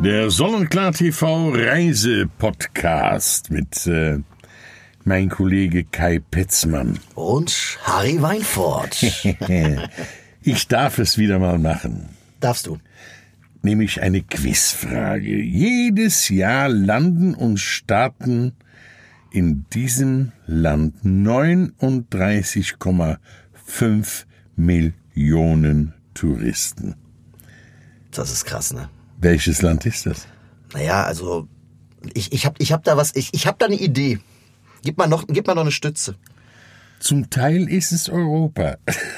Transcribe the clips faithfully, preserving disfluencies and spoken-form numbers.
Der Sonnenklar-T V Reise-Podcast mit äh, mein Kollege Kai Petzmann. Und Harry Weinfurt. Ich darf es wieder mal machen. Darfst du? Nämlich eine Quizfrage. Jedes Jahr landen und starten in diesem Land neununddreißig Komma fünf Millionen Touristen. Das ist krass, ne? Welches Land ist das? Naja, also ich, ich hab, ich hab da was, ich, ich hab da eine Idee. Gib mal noch, gib mal noch eine Stütze. Zum Teil ist es Europa.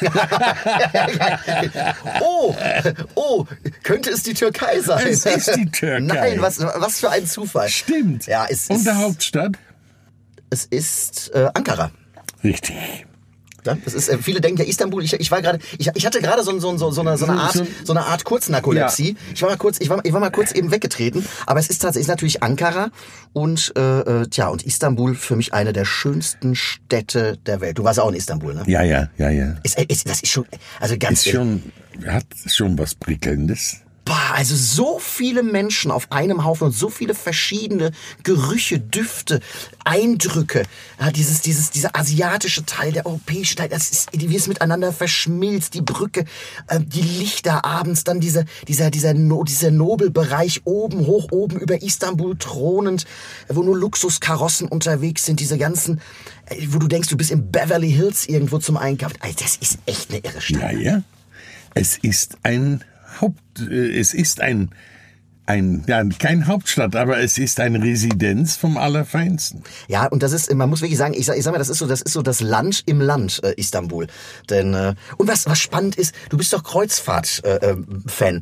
oh, oh, könnte es die Türkei sein? Es ist die Türkei. Nein, was, was für ein Zufall. Stimmt. Ja, es Und ist, der Hauptstadt? Es ist äh, Ankara. Richtig. Ja, das ist, äh, viele denken ja Istanbul. Ich, ich war gerade, ich, ich hatte gerade so, so, so, so, eine, so eine Art, so eine Art Kurznarkolepsie. Ja. Ich war mal kurz, ich war, ich war mal kurz eben weggetreten. Aber es ist tatsächlich natürlich Ankara und äh, tja und Istanbul für mich eine der schönsten Städte der Welt. Du warst auch in Istanbul, ne? Ja, ja, ja, ja. Ist, ist, das ist schon, also ganz ist schon, hat schon was Prickelndes. Boah, also so viele Menschen auf einem Haufen und so viele verschiedene Gerüche, Düfte, Eindrücke. Ja, dieses, dieses, dieser asiatische Teil, der europäische Teil, das ist, wie es miteinander verschmilzt, die Brücke, äh, die Lichter abends, dann dieser, dieser, dieser, no, dieser Nobelbereich oben, hoch oben über Istanbul thronend, wo nur Luxuskarossen unterwegs sind, diese ganzen, äh, wo du denkst, du bist in Beverly Hills irgendwo zum Einkaufen. Also das ist echt eine irre Stadt. Ja, ja. Es ist ein Haupt, äh, es ist ein, ein, ja, kein Hauptstadt, aber es ist eine Residenz vom Allerfeinsten. Ja, und das ist, man muss wirklich sagen, ich sag, ich sag mal, das ist so, das ist so das Land im Land, äh, Istanbul. Denn, äh, und was, was spannend ist, du bist doch Kreuzfahrt-Fan. Äh,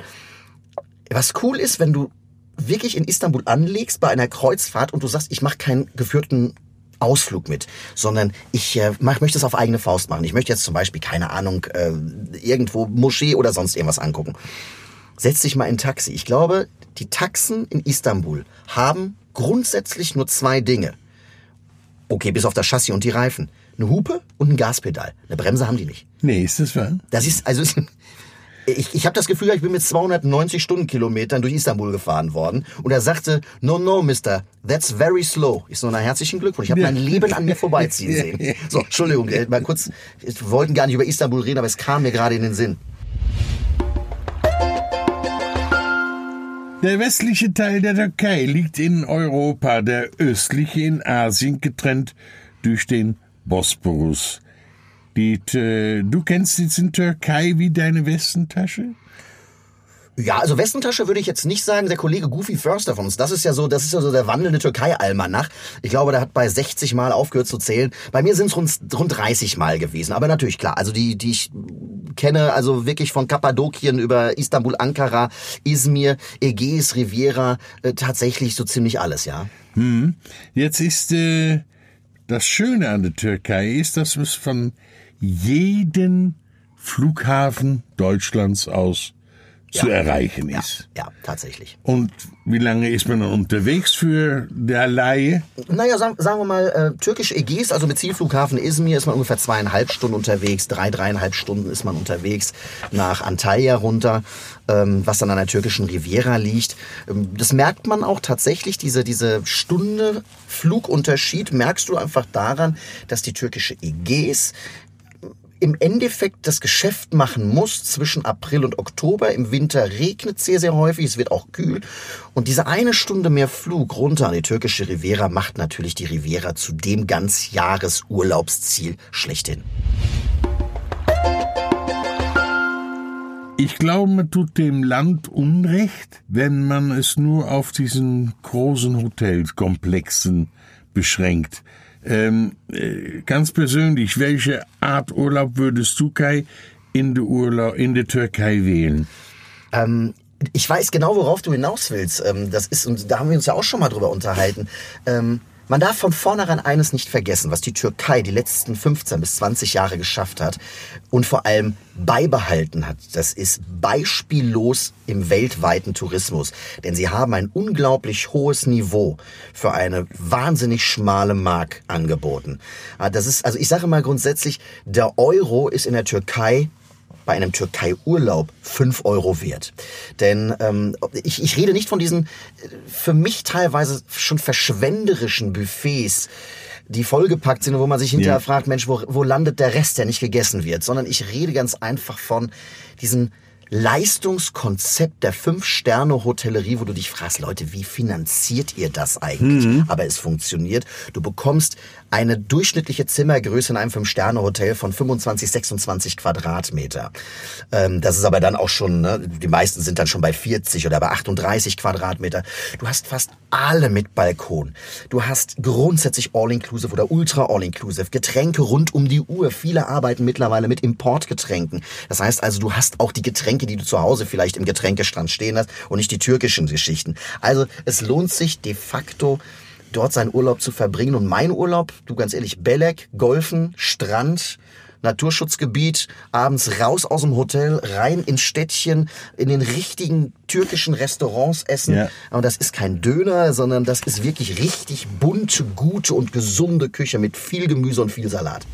was cool ist, wenn du wirklich in Istanbul anlegst bei einer Kreuzfahrt und du sagst, ich mache keinen geführten Ausflug mit, sondern ich äh, mach, möchte es auf eigene Faust machen. Ich möchte jetzt zum Beispiel, keine Ahnung, äh, irgendwo Moschee oder sonst irgendwas angucken. Setz dich mal in ein Taxi. Ich glaube, die Taxen in Istanbul haben grundsätzlich nur zwei Dinge. Okay, bis auf das Chassis und die Reifen. Eine Hupe und ein Gaspedal. Eine Bremse haben die nicht. Nee, ist das wahr? Das ist, also... Ich, ich habe das Gefühl, ich bin mit zweihundertneunzig Stundenkilometern durch Istanbul gefahren worden. Und er sagte, no, no, Mister, that's very slow. Ich so, na, herzlichen Glückwunsch. Ich habe mein Leben an mir vorbeiziehen sehen. So, Entschuldigung, mal kurz, wir wollten gar nicht über Istanbul reden, aber es kam mir gerade in den Sinn. Der westliche Teil der Türkei liegt in Europa, der östliche in Asien, getrennt durch den Bosporus. Die, du kennst jetzt in Türkei wie deine Westentasche? Ja, also Westentasche würde ich jetzt nicht sagen. Der Kollege Goofy Förster von uns, das ist ja so, das ist ja so der wandelnde Türkei-Almanach. Ich glaube, der hat bei sechzig Mal aufgehört zu zählen. Bei mir sind es rund, rund dreißig Mal gewesen. Aber natürlich, klar, also die, die ich kenne, also wirklich von Kappadokien über Istanbul, Ankara, Izmir, Ägäis, Riviera, äh, tatsächlich so ziemlich alles, ja. Hm. Jetzt ist äh, das Schöne an der Türkei ist, dass es von jeden Flughafen Deutschlands aus ja. zu erreichen ist. Ja, ja, tatsächlich. Und wie lange ist man dann unterwegs für der Laie? Naja, sagen, sagen wir mal, äh, türkische Ägäis, also mit Zielflughafen Izmir ist man ungefähr zweieinhalb Stunden unterwegs, drei, dreieinhalb Stunden ist man unterwegs nach Antalya runter, ähm, was dann an der türkischen Riviera liegt. Ähm, das merkt man auch tatsächlich, diese, diese Stunde Flugunterschied merkst du einfach daran, dass die türkische Ägäis im Endeffekt das Geschäft machen muss zwischen April und Oktober. Im Winter regnet es sehr, sehr häufig, es wird auch kühl. Und diese eine Stunde mehr Flug runter an die türkische Riviera macht natürlich die Riviera zu dem Ganzjahresurlaubsziel schlechthin. Ich glaube, man tut dem Land Unrecht, wenn man es nur auf diesen großen Hotelkomplexen beschränkt. Ähm, äh, ganz persönlich, welche Art Urlaub würdest du, Kai, in der, Urlaub, in der Türkei wählen? Ähm, ich weiß genau, worauf du hinaus willst. Ähm, das ist, und da haben wir uns ja auch schon mal drüber unterhalten. Ähm, Man darf von vornherein eines nicht vergessen, was die Türkei die letzten fünfzehn bis zwanzig Jahre geschafft hat und vor allem beibehalten hat. Das ist beispiellos im weltweiten Tourismus. Denn sie haben ein unglaublich hohes Niveau für eine wahnsinnig schmale Mark angeboten. Das ist, also ich sage mal grundsätzlich, der Euro ist in der Türkei bei einem Türkei-Urlaub fünf Euro wert. Denn ähm, ich, ich rede nicht von diesen für mich teilweise schon verschwenderischen Buffets, die vollgepackt sind und wo man sich hinterher ja. fragt, Mensch, wo, wo landet der Rest, der nicht gegessen wird? Sondern ich rede ganz einfach von diesen Leistungskonzept der Fünf-Sterne-Hotellerie, wo du dich fragst, Leute, wie finanziert ihr das eigentlich? Mhm. Aber es funktioniert. Du bekommst eine durchschnittliche Zimmergröße in einem Fünf-Sterne-Hotel von fünfundzwanzig, sechsundzwanzig Quadratmeter. Ähm, das ist aber dann auch schon, ne, die meisten sind dann schon bei vierzig oder bei achtunddreißig Quadratmeter. Du hast fast alle mit Balkon. Du hast grundsätzlich All-Inclusive oder Ultra All-Inclusive. Getränke rund um die Uhr. Viele arbeiten mittlerweile mit Importgetränken. Das heißt also, du hast auch die Getränke, die du zu Hause vielleicht im Getränkestand stehen hast und nicht die türkischen Geschichten. Also es lohnt sich de facto, dort seinen Urlaub zu verbringen. Und mein Urlaub, du ganz ehrlich, Belek, Golfen, Strand, Naturschutzgebiet, abends raus aus dem Hotel, rein ins Städtchen, in den richtigen türkischen Restaurants essen. Ja. Und das ist kein Döner, sondern das ist wirklich richtig bunte, gute und gesunde Küche mit viel Gemüse und viel Salat.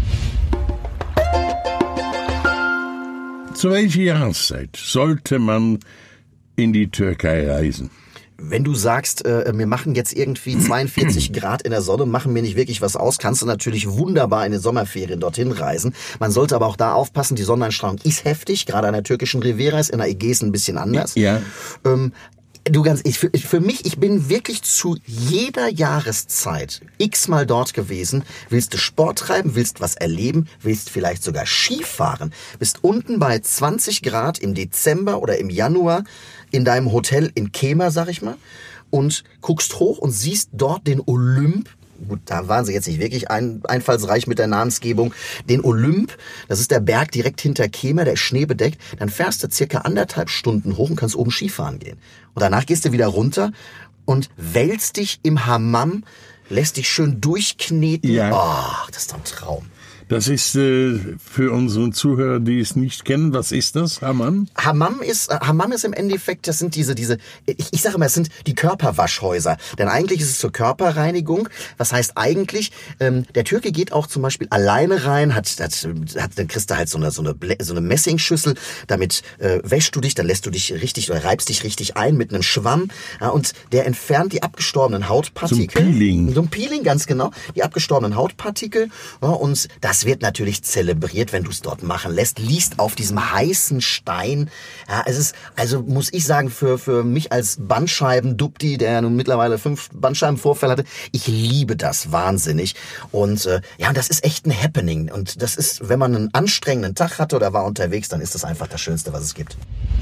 Zu welcher Jahreszeit sollte man in die Türkei reisen? Wenn du sagst, äh, wir machen jetzt irgendwie zweiundvierzig Grad in der Sonne, machen mir nicht wirklich was aus, kannst du natürlich wunderbar in den Sommerferien dorthin reisen. Man sollte aber auch da aufpassen, die Sonneneinstrahlung ist heftig, gerade an der türkischen Riviera ist in der Ägäis ein bisschen anders. Ja. Ähm, Du ganz, ich, für, für mich, ich bin wirklich zu jeder Jahreszeit x-mal dort gewesen. Willst du Sport treiben, willst was erleben, willst vielleicht sogar Skifahren, bist unten bei zwanzig Grad im Dezember oder im Januar in deinem Hotel in Kemer, sag ich mal, und guckst hoch und siehst dort den Olymp. Gut, da waren sie jetzt nicht wirklich ein, einfallsreich mit der Namensgebung. Den Olymp, das ist der Berg direkt hinter Kemer, der ist schneebedeckt. Dann fährst du circa anderthalb Stunden hoch und kannst oben Skifahren gehen. Und danach gehst du wieder runter und wälzt dich im Hammam, lässt dich schön durchkneten. Ja. Oh, das ist doch ein Traum. Das ist äh, für unsere Zuhörer, die es nicht kennen, was ist das, Hammam? Hammam ist, äh, Hammam ist im Endeffekt, das sind diese, diese, ich, ich sage immer, es sind die Körperwaschhäuser. Denn eigentlich ist es zur Körperreinigung. Was heißt eigentlich, ähm, der Türke geht auch zum Beispiel alleine rein, hat, hat, hat dann kriegst du halt so eine, so eine, so eine Messingschüssel, damit äh, wäschst du dich, dann lässt du dich richtig oder reibst dich richtig ein mit einem Schwamm. Ja, und der entfernt die abgestorbenen Hautpartikel. So ein Peeling. So ein Peeling, ganz genau. Die abgestorbenen Hautpartikel. Ja, und das wird natürlich zelebriert, wenn du es dort machen lässt. Liest auf diesem heißen Stein. Ja, es ist, also muss ich sagen, für, für mich als Bandscheiben-Dupti, der nun mittlerweile fünf Bandscheibenvorfälle hatte, ich liebe das wahnsinnig. Und äh, ja, und das ist echt ein Happening. Und das ist, wenn man einen anstrengenden Tag hatte oder war unterwegs, dann ist das einfach das Schönste, was es gibt.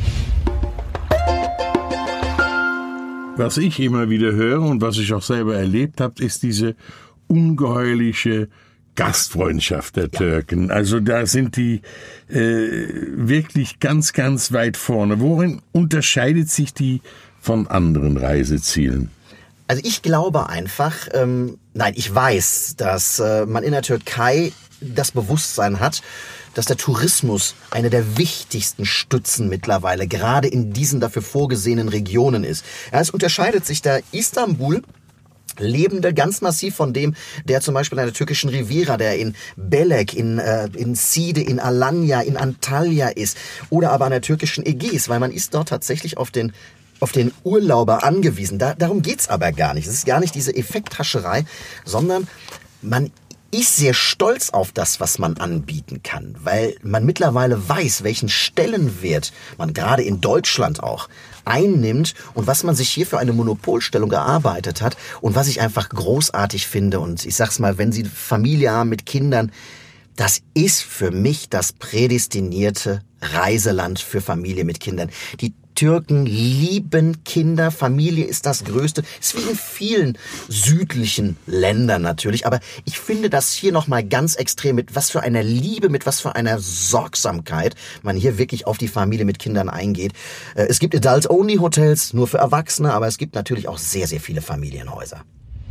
Was ich immer wieder höre und was ich auch selber erlebt habe, ist diese ungeheuerliche Gastfreundschaft der Türken. Also da sind die äh, wirklich ganz, ganz weit vorne. Worin unterscheidet sich die von anderen Reisezielen? Also ich glaube einfach, ähm, nein, ich weiß, dass äh, man in der Türkei das Bewusstsein hat, dass der Tourismus eine der wichtigsten Stützen mittlerweile gerade in diesen dafür vorgesehenen Regionen ist. Ja, es unterscheidet sich der Istanbul Lebende ganz massiv von dem, der zum Beispiel an der türkischen Riviera, der in Belek, in, äh, in Side, in Alanya, in Antalya ist oder aber an der türkischen Ägäis, weil man ist dort tatsächlich auf den auf den Urlauber angewiesen. Da, darum geht's aber gar nicht. Es ist gar nicht diese Effekthascherei, sondern man ist sehr stolz auf das, was man anbieten kann, weil man mittlerweile weiß, welchen Stellenwert man gerade in Deutschland auch einnimmt und was man sich hier für eine Monopolstellung erarbeitet hat und was ich einfach großartig finde. Und ich sag's mal, wenn Sie Familie haben mit Kindern, das ist für mich das prädestinierte Reiseland für Familie mit Kindern. Die Türken lieben Kinder, Familie ist das Größte. Ist wie in vielen südlichen Ländern natürlich, aber ich finde das hier nochmal ganz extrem, mit was für einer Liebe, mit was für einer Sorgsamkeit man hier wirklich auf die Familie mit Kindern eingeht. Es gibt Adult-Only-Hotels, nur für Erwachsene, aber es gibt natürlich auch sehr, sehr viele Familienhäuser.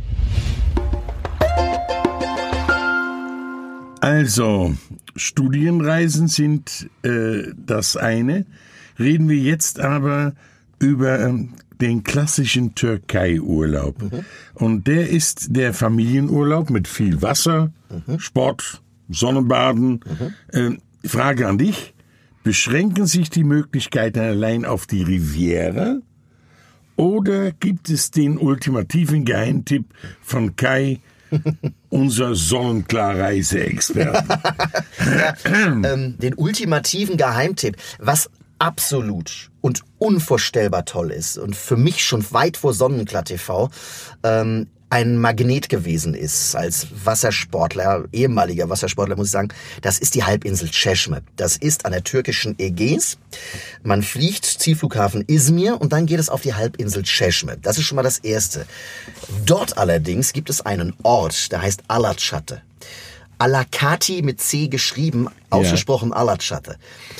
Also, Studienreisen sind äh, das eine. Reden wir jetzt aber über ähm, den klassischen Türkei-Urlaub. Mhm. Und der ist der Familienurlaub mit viel Wasser, mhm. Sport, Sonnenbaden. Mhm. Äh, Frage an dich, Beschränken sich die Möglichkeiten allein auf die Riviera oder gibt es den ultimativen Geheimtipp von Kai, unser Sonnenklar-Reiseexperte? ja, ähm, den ultimativen Geheimtipp, was absolut und unvorstellbar toll ist und für mich schon weit vor Sonnenklar T V ähm, ein Magnet gewesen ist als Wassersportler, ehemaliger Wassersportler, muss ich sagen, das ist die Halbinsel Çeşme. Das ist an der türkischen Ägäis. Man fliegt Zielflughafen Izmir und dann geht es auf die Halbinsel Çeşme. Das ist schon mal das Erste. Dort allerdings gibt es einen Ort, der heißt Alaçatı. Alakati mit C geschrieben, ausgesprochen ja. Alaçatı.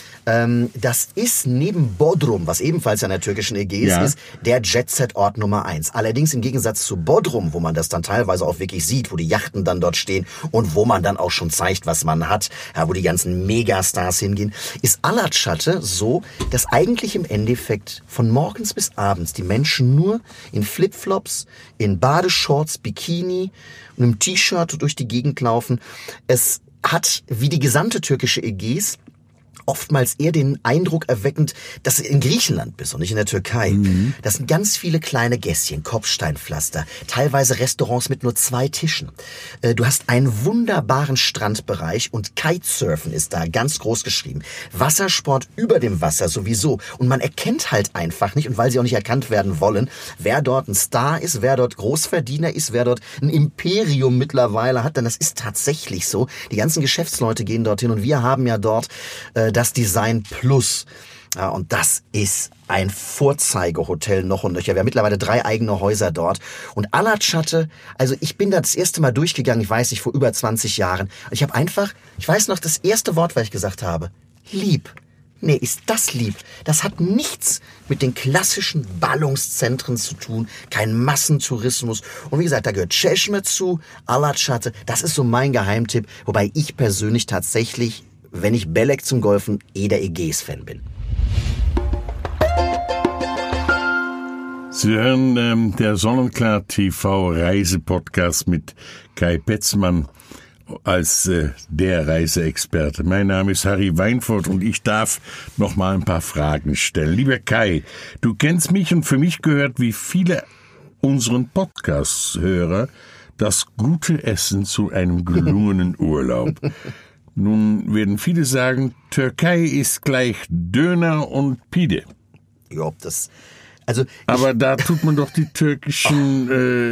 Das ist neben Bodrum, was ebenfalls an der türkischen Ägäis ja. ist, der Jet-Set-Ort Nummer eins. Allerdings im Gegensatz zu Bodrum, wo man das dann teilweise auch wirklich sieht, wo die Yachten dann dort stehen und wo man dann auch schon zeigt, was man hat, ja, wo die ganzen Megastars hingehen, ist Alaçatı so, dass eigentlich im Endeffekt von morgens bis abends die Menschen nur in Flipflops, in Badeshorts, Bikini und im T-Shirt durch die Gegend laufen. Es hat, wie die gesamte türkische Ägäis, oftmals eher den Eindruck erweckend, dass du in Griechenland bist und nicht in der Türkei. Mhm. Das sind ganz viele kleine Gässchen, Kopfsteinpflaster, teilweise Restaurants mit nur zwei Tischen. Du hast einen wunderbaren Strandbereich und Kitesurfen ist da ganz groß geschrieben. Wassersport über dem Wasser sowieso. Und man erkennt halt einfach nicht, und weil sie auch nicht erkannt werden wollen, wer dort ein Star ist, wer dort Großverdiener ist, wer dort ein Imperium mittlerweile hat. Denn das ist tatsächlich so. Die ganzen Geschäftsleute gehen dorthin und wir haben ja dort äh, das Design Plus. Ja, und das ist ein Vorzeigehotel noch und nöcher. Wir haben mittlerweile drei eigene Häuser dort. Und Alaçatı, also ich bin da das erste Mal durchgegangen, ich weiß nicht, vor über zwanzig Jahren. Und ich habe einfach, ich weiß noch, das erste Wort, was ich gesagt habe, lieb. Nee, ist das lieb. Das hat nichts mit den klassischen Ballungszentren zu tun, kein Massentourismus. Und wie gesagt, da gehört Çeşme zu, Alaçatı. Das ist so mein Geheimtipp, wobei ich persönlich tatsächlich, wenn ich Belek zum Golfen, eh der Ägäis-Fan bin. Sie hören ähm, der Sonnenklar T V Reisepodcast mit Kai Petzmann als äh, der Reiseexperte. Mein Name ist Harry Weinfurt und ich darf noch mal ein paar Fragen stellen. Lieber Kai, du kennst mich und für mich gehört wie viele unseren Podcast-Hörer das gute Essen zu einem gelungenen Urlaub. Nun werden viele sagen, Türkei ist gleich Döner und Pide. Ja, das... Also aber da tut man doch die türkischen,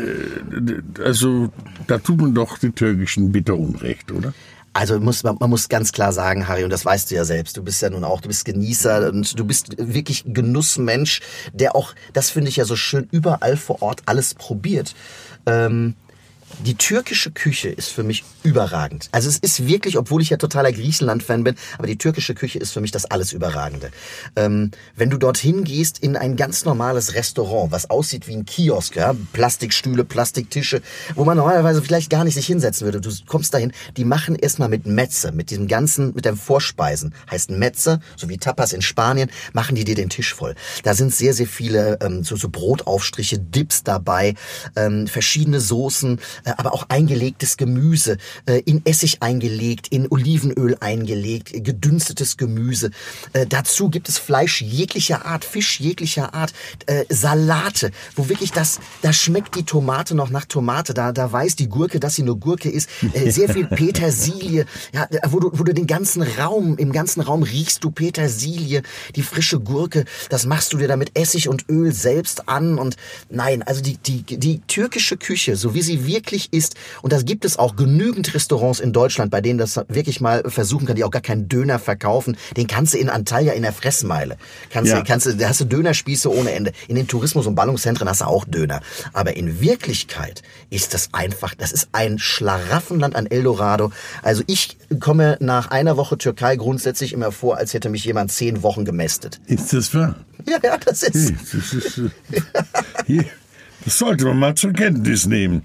äh, also da tut man doch die türkischen bitter Unrecht, oder? Also muss, man, man muss ganz klar sagen, Harry, und das weißt du ja selbst, du bist ja nun auch, du bist Genießer und du bist wirklich Genussmensch, der auch, das finde ich ja so schön, überall vor Ort alles probiert. Ähm, Die türkische Küche ist für mich überragend. Also es ist wirklich, obwohl ich ja totaler Griechenland-Fan bin, aber die türkische Küche ist für mich das alles Überragende. Ähm, wenn du dorthin gehst in ein ganz normales Restaurant, was aussieht wie ein Kiosk, ja, Plastikstühle, Plastiktische, wo man normalerweise vielleicht gar nicht sich hinsetzen würde. Du kommst dahin, die machen erstmal mit Metze, mit diesem ganzen, mit den Vorspeisen, heißt Metze, so wie Tapas in Spanien, machen die dir den Tisch voll. Da sind sehr, sehr viele ähm, so, so Brotaufstriche, Dips dabei, ähm, verschiedene Soßen, aber auch eingelegtes Gemüse, in Essig eingelegt, in Olivenöl eingelegt, gedünstetes Gemüse. Dazu gibt es Fleisch jeglicher Art, Fisch jeglicher Art, Salate, wo wirklich das, da schmeckt die Tomate noch nach Tomate, da, da weiß die Gurke, dass sie nur Gurke ist. Sehr viel Petersilie, ja, wo du, wo du den ganzen Raum, im ganzen Raum riechst du Petersilie, die frische Gurke, das machst du dir da mit Essig und Öl selbst an und nein, also die, die, die türkische Küche, so wie sie wirklich ist, und da gibt es auch genügend Restaurants in Deutschland, bei denen das wirklich mal versuchen kann, die auch gar keinen Döner verkaufen, den kannst du in Antalya in der Fressmeile. Kannst ja. du, kannst du, da hast du Dönerspieße ohne Ende. In den Tourismus- und Ballungszentren hast du auch Döner. Aber in Wirklichkeit ist das einfach, das ist ein Schlaraffenland, ein Eldorado. Also ich komme nach einer Woche Türkei grundsätzlich immer vor, als hätte mich jemand zehn Wochen gemästet. Ist das wahr? Ja, ja, das ist... Hey, das, ist hier, das sollte man mal zur Kenntnis nehmen.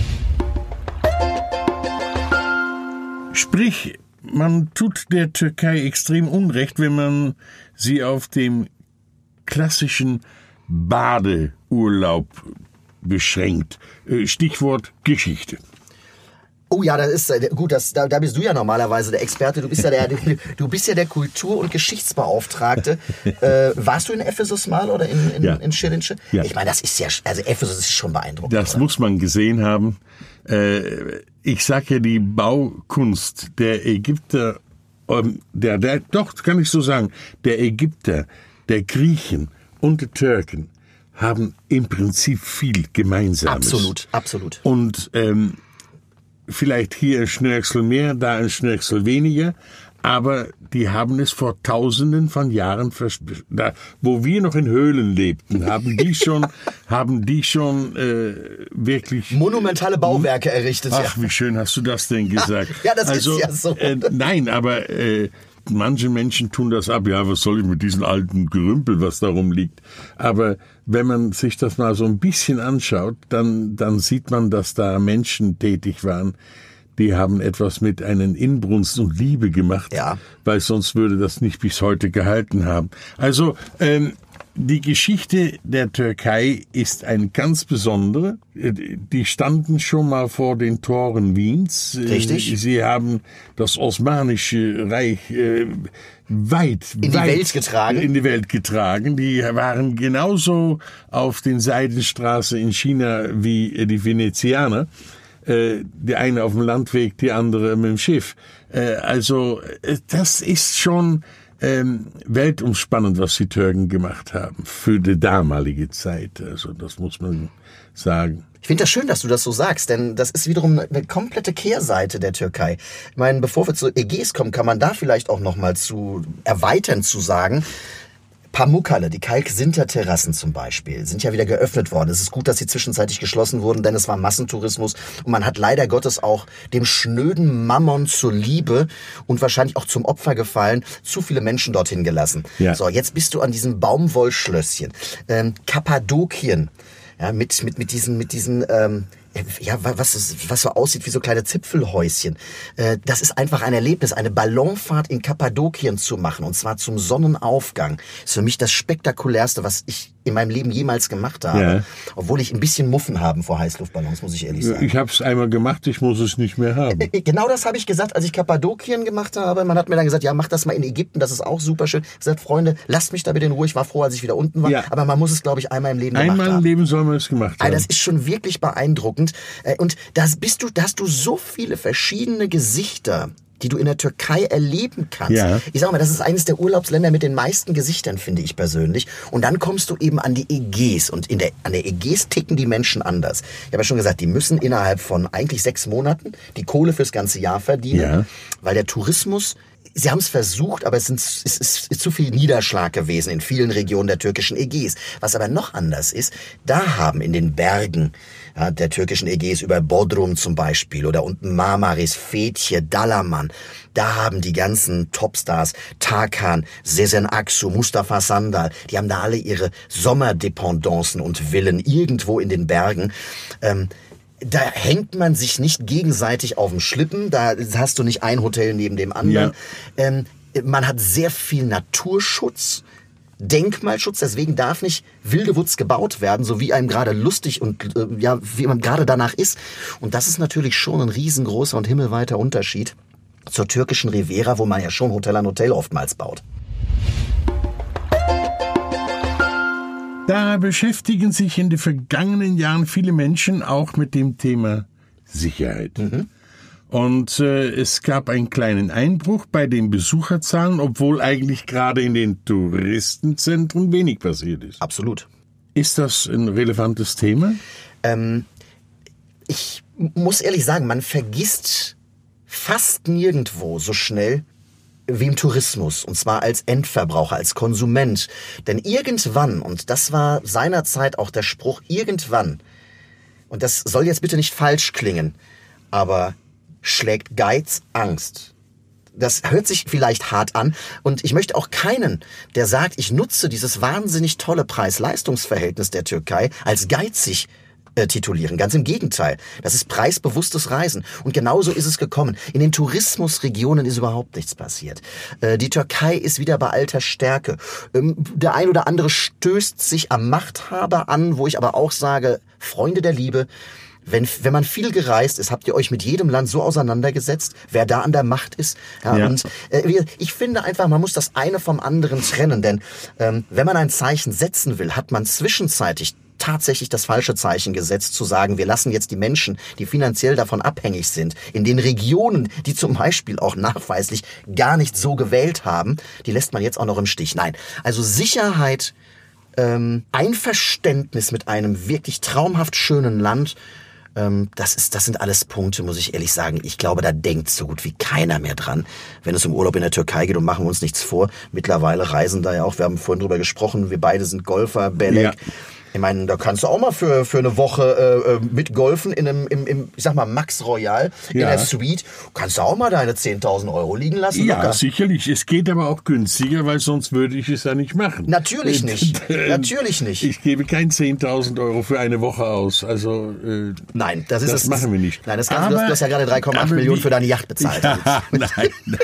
Sprich, man tut der Türkei extrem Unrecht, wenn man sie auf dem klassischen Badeurlaub beschränkt. Stichwort Geschichte. Oh ja, das ist äh, gut, das, da, da bist du ja normalerweise der Experte. Du bist ja der, du bist ja der Kultur- und Geschichtsbeauftragte. äh, warst du in Ephesus mal oder in, in, ja. in Schirince? Ja. Ich meine, das ist ja, also Ephesus ist schon beeindruckend. Das oder? muss man gesehen haben. Äh, ich sag ja, die Baukunst der Ägypter, ähm, der, der, doch, kann ich so sagen, der Ägypter, der Griechen und der Türken haben im Prinzip viel Gemeinsames. Absolut, absolut. Und ähm, vielleicht hier ein Schnörkel mehr, da ein Schnörkel weniger, aber die haben es vor Tausenden von Jahren, da, wo wir noch in Höhlen lebten, haben die schon, haben die schon äh, wirklich monumentale Bauwerke errichtet. Ach, ja. wie schön hast du das denn gesagt? Ja, das also, ist ja so. Äh, nein, aber äh, manche Menschen tun das ab. Ja, was soll ich mit diesem alten Gerümpel, was da rumliegt? Aber wenn man sich das mal so ein bisschen anschaut, dann, dann sieht man, dass da Menschen tätig waren, die haben etwas mit einer Inbrunst und Liebe gemacht, ja. weil sonst würde das nicht bis heute gehalten haben. Also ähm, die Geschichte der Türkei ist eine ganz besondere. Die standen schon mal vor den Toren Wiens. Richtig. Sie haben das Osmanische Reich äh, weit, in die weit Welt getragen. In die Welt getragen. Die waren genauso auf den Seidenstraßen in China wie die Venezianer. Die eine auf dem Landweg, die andere mit dem Schiff. Also das ist schon ähm, weltumspannend, was die Türken gemacht haben für die damalige Zeit. Also das muss man sagen. Ich finde das schön, dass du das so sagst, denn das ist wiederum eine komplette Kehrseite der Türkei. Ich meine, bevor wir zu Ägäis kommen, kann man da vielleicht auch noch mal zu erweitern zu sagen, Pamukkale, die Kalksinterterrassen zum Beispiel, sind ja wieder geöffnet worden. Es ist gut, dass sie zwischenzeitlich geschlossen wurden, denn es war Massentourismus und man hat leider Gottes auch dem schnöden Mammon zur Liebe und wahrscheinlich auch zum Opfer gefallen, zu viele Menschen dorthin gelassen. Ja. So, jetzt bist du an diesem Baumwollschlösschen. Ähm, Kappadokien, ja, mit, mit, mit diesen, mit diesen, ähm, ja, was, was so aussieht wie so kleine Zipfelhäuschen. Das ist einfach ein Erlebnis, eine Ballonfahrt in Kappadokien zu machen, und zwar zum Sonnenaufgang. Das ist für mich das Spektakulärste, was ich in meinem Leben jemals gemacht habe. Ja. Obwohl ich ein bisschen Muffen habe vor Heißluftballons, muss ich ehrlich sagen. Ich habe es einmal gemacht, ich muss es nicht mehr haben. Genau das habe ich gesagt, als ich Kappadokien gemacht habe. Man hat mir dann gesagt, ja, mach das mal in Ägypten, das ist auch super schön. Ich habe gesagt, Freunde, lasst mich da bitte in Ruhe. Ich war froh, als ich wieder unten war. Ja. Aber man muss es, glaube ich, einmal im Leben einmal gemacht haben. Einmal im Leben soll man es gemacht haben. Also das ist schon wirklich beeindruckend. Und da bist du, da hast du so viele verschiedene Gesichter, die du in der Türkei erleben kannst. Ja. Ich sag mal, das ist eines der Urlaubsländer mit den meisten Gesichtern, finde ich persönlich. Und dann kommst du eben an die Ägäis. Und in der, an der Ägäis ticken die Menschen anders. Ich habe ja schon gesagt, die müssen innerhalb von eigentlich sechs Monaten die Kohle fürs ganze Jahr verdienen. Ja. Weil der Tourismus, sie haben es versucht, aber es, sind, es ist, es ist zu viel Niederschlag gewesen in vielen Regionen der türkischen Ägäis. Was aber noch anders ist, da haben in den Bergen ja, der türkischen Ägäis über Bodrum zum Beispiel oder unten Marmaris, Fethiye, Dalaman, da haben die ganzen Topstars, Tarkan, Sezen Aksu, Mustafa Sandal, die haben da alle ihre Sommerdependancen und Villen irgendwo in den Bergen. Ähm, Da hängt man sich nicht gegenseitig auf dem Schlippen, da hast du nicht ein Hotel neben dem anderen. Ja. Ähm, man hat sehr viel Naturschutz, Denkmalschutz, deswegen darf nicht Wildewutz gebaut werden, so wie einem gerade lustig und äh, ja, wie man gerade danach ist. Und das ist natürlich schon ein riesengroßer und himmelweiter Unterschied zur türkischen Riviera, wo man ja schon Hotel an Hotel oftmals baut. Da beschäftigen sich in den vergangenen Jahren viele Menschen auch mit dem Thema Sicherheit. Mhm. Und äh, es gab einen kleinen Einbruch bei den Besucherzahlen, obwohl eigentlich gerade in den Touristenzentren wenig passiert ist. Absolut. Ist das ein relevantes Thema? Ähm, ich muss ehrlich sagen, man vergisst fast nirgendwo so schnell wie im Tourismus, und zwar als Endverbraucher, als Konsument. Denn irgendwann, und das war seinerzeit auch der Spruch, irgendwann, und das soll jetzt bitte nicht falsch klingen, aber schlägt Geiz Angst. Das hört sich vielleicht hart an, und ich möchte auch keinen, der sagt, ich nutze dieses wahnsinnig tolle Preis-Leistungs-Verhältnis der Türkei als geizig Äh, titulieren. Ganz im Gegenteil. Das ist preisbewusstes Reisen. Und genauso ist es gekommen. In den Tourismusregionen ist überhaupt nichts passiert. Äh, die Türkei ist wieder bei alter Stärke. Ähm, der ein oder andere stößt sich am Machthaber an, wo ich aber auch sage, Freunde der Liebe, Wenn, wenn man viel gereist ist, habt ihr euch mit jedem Land so auseinandergesetzt, wer da an der Macht ist. Ja, Ja. Und äh, ich finde einfach, man muss das eine vom anderen trennen. Denn ähm, wenn man ein Zeichen setzen will, hat man zwischenzeitlich tatsächlich das falsche Zeichen gesetzt, zu sagen, wir lassen jetzt die Menschen, die finanziell davon abhängig sind, in den Regionen, die zum Beispiel auch nachweislich gar nicht so gewählt haben, die lässt man jetzt auch noch im Stich. Nein, also Sicherheit, ähm, Einverständnis mit einem wirklich traumhaft schönen Land, ähm, das ist, das sind alles Punkte, muss ich ehrlich sagen. Ich glaube, da denkt so gut wie keiner mehr dran, wenn es um Urlaub in der Türkei geht, und machen wir uns nichts vor. Mittlerweile reisen da ja auch, wir haben vorhin drüber gesprochen, wir beide sind Golfer, Belek. Ja. Ich meine, da kannst du auch mal für für eine Woche äh, mit golfen in einem, im, im, ich sag mal, Max Royal in Ja. der Suite. Kannst du auch mal deine zehntausend Euro liegen lassen. Ja, locker. sicherlich. Es geht aber auch günstiger, weil sonst würde ich es ja nicht machen. Natürlich nicht. Äh, Natürlich nicht. Ich gebe kein zehntausend Euro für eine Woche aus. Also äh, Nein, das ist das es. machen wir nicht. Nein, das Ganze, du, hast, du hast ja gerade drei Komma acht aber Millionen wie- für deine Yacht bezahlt. Ja, nein, nein.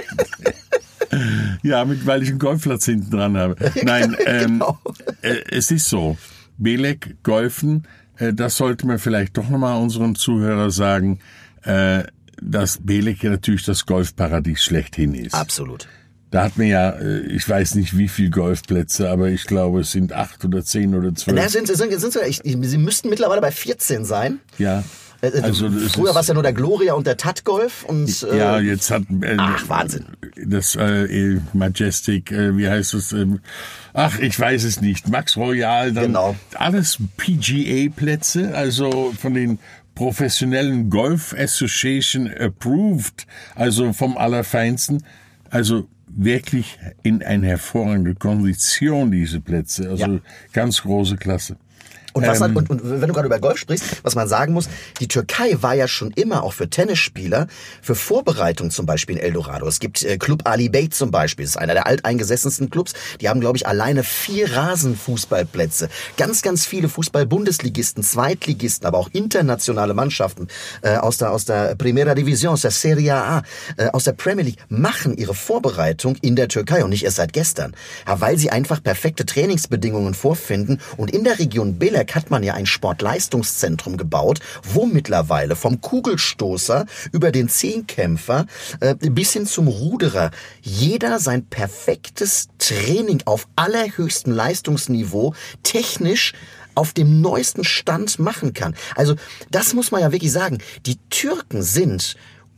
Ja, mit, weil ich einen Golfplatz hinten dran habe. Nein, ähm, Genau. äh, es ist so. Belek, Golfen, äh, das sollte man vielleicht doch nochmal unseren Zuhörern sagen, äh, dass Belek ja natürlich das Golfparadies schlechthin ist. Absolut. Da hat man ja, äh, ich weiß nicht wie viele Golfplätze, aber ich glaube es sind acht oder zehn oder zwölf. Na, sind, sind, sind, sind, ich, sie müssten mittlerweile bei vierzehn sein. Ja. Äh, Also, es Früher ist- war es ja nur der Gloria und der Tat Golf. Und, äh, Ja, jetzt hat äh, Ach, Wahnsinn. das äh, Majestic, äh, wie heißt es? Ähm, ach, ich weiß es nicht. Max Royal, dann Genau. alles P G A-Plätze, also von den professionellen Golf Association approved, also vom Allerfeinsten. Also wirklich in eine hervorragende Kondition, diese Plätze. Also Ja. ganz große Klasse. Und, was Ähm, man, und, und wenn du gerade über Golf sprichst, was man sagen muss, die Türkei war ja schon immer auch für Tennisspieler, für Vorbereitung zum Beispiel in Eldorado. Es gibt äh, Club Ali Bey zum Beispiel, das ist einer der alteingesessensten Clubs. Die haben, glaube ich, alleine vier Rasenfußballplätze. Ganz, ganz viele Fußball-Bundesligisten, Zweitligisten, aber auch internationale Mannschaften äh, aus der aus der Primera División, aus der Serie A, äh, aus der Premier League, machen ihre Vorbereitung in der Türkei und nicht erst seit gestern. Ja, weil sie einfach perfekte Trainingsbedingungen vorfinden. Und in der Region Belek hat man ja ein Sportleistungszentrum gebaut, wo mittlerweile vom Kugelstoßer über den Zehnkämpfer äh, bis hin zum Ruderer jeder sein perfektes Training auf allerhöchstem Leistungsniveau technisch auf dem neuesten Stand machen kann. Also das muss man ja wirklich sagen. Die Türken sind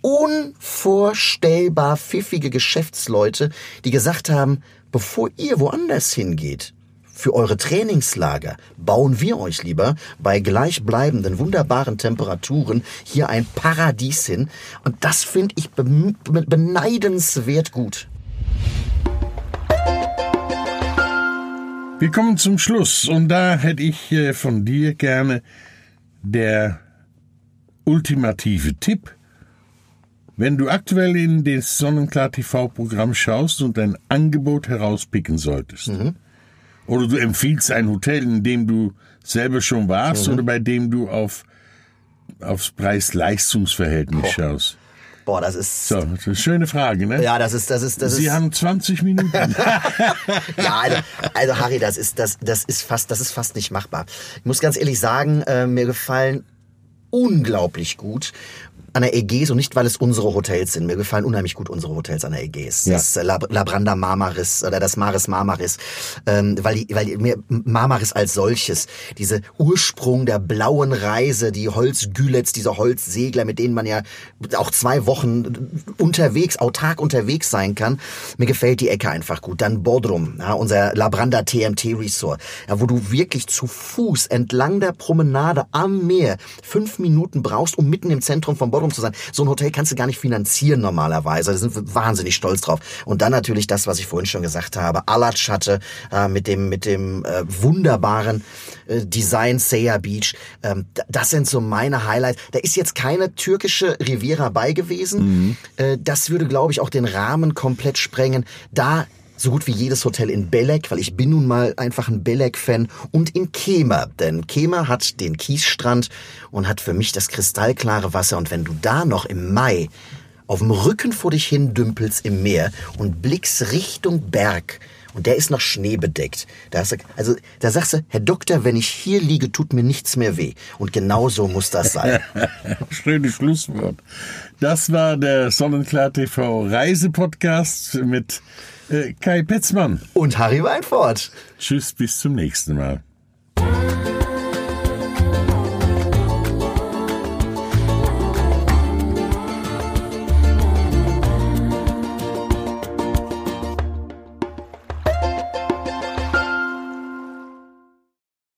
unvorstellbar pfiffige Geschäftsleute, die gesagt haben, bevor ihr woanders hingeht, für eure Trainingslager bauen wir euch lieber bei gleichbleibenden, wunderbaren Temperaturen hier ein Paradies hin. Und das finde ich be- be- beneidenswert gut. Wir kommen zum Schluss und da hätte ich äh, von dir gerne der ultimative Tipp. Wenn du aktuell in das Sonnenklar-T V-Programm schaust und ein Angebot herauspicken solltest, mhm. oder du empfiehlst ein Hotel, in dem du selber schon warst mhm. oder bei dem du auf, aufs Preis-Leistungs-Verhältnis Boah. schaust. Boah, das ist... So, das ist eine schöne Frage, ne? Ja, das ist... Das ist, das Sie ist haben zwanzig Minuten. ja, also, also Harry, das ist, das, das ist fast, das ist fast nicht machbar. Ich muss ganz ehrlich sagen, äh, mir gefallen unglaublich gut an der Ägäis, und nicht, weil es unsere Hotels sind. Mir gefallen unheimlich gut unsere Hotels an der Ägäis. Ja. Das Lab- Labranda Marmaris oder das Maris Marmaris, ähm, weil die, weil die, mir Marmaris als solches, diese Ursprung der blauen Reise, die Holzgülets, diese Holzsegler, mit denen man ja auch zwei Wochen unterwegs, autark unterwegs sein kann. Mir gefällt die Ecke einfach gut. Dann Bodrum, ja, unser Labranda T M T Resort, ja, wo du wirklich zu Fuß entlang der Promenade am Meer fünf Minuten brauchst, um mitten im Zentrum von Bodrum zu sein. So ein Hotel kannst du gar nicht finanzieren normalerweise. Da sind wir wahnsinnig stolz drauf. Und dann natürlich das, was ich vorhin schon gesagt habe. Alaç hatte äh, mit dem mit dem äh, wunderbaren äh, Design Seyir Beach. Ähm, d- das sind so meine Highlights. Da ist jetzt keine türkische Riviera bei gewesen. Mhm. Äh, das würde, glaube ich, auch den Rahmen komplett sprengen. Da so gut wie jedes Hotel in Belek, weil ich bin nun mal einfach ein Belek-Fan, und in Kemer, denn Kemer hat den Kiesstrand und hat für mich das kristallklare Wasser, und wenn du da noch im Mai auf dem Rücken vor dich hin dümpelst im Meer und blickst Richtung Berg Und der ist noch schneebedeckt. Da hast du, also da sagst du, Herr Doktor, wenn ich hier liege, tut mir nichts mehr weh. Und genau so muss das sein. Schönes Schlusswort. Das war der Sonnenklar T V Reisepodcast mit äh, Kai Petzmann. Und Harry Weinfurt. Tschüss, bis zum nächsten Mal.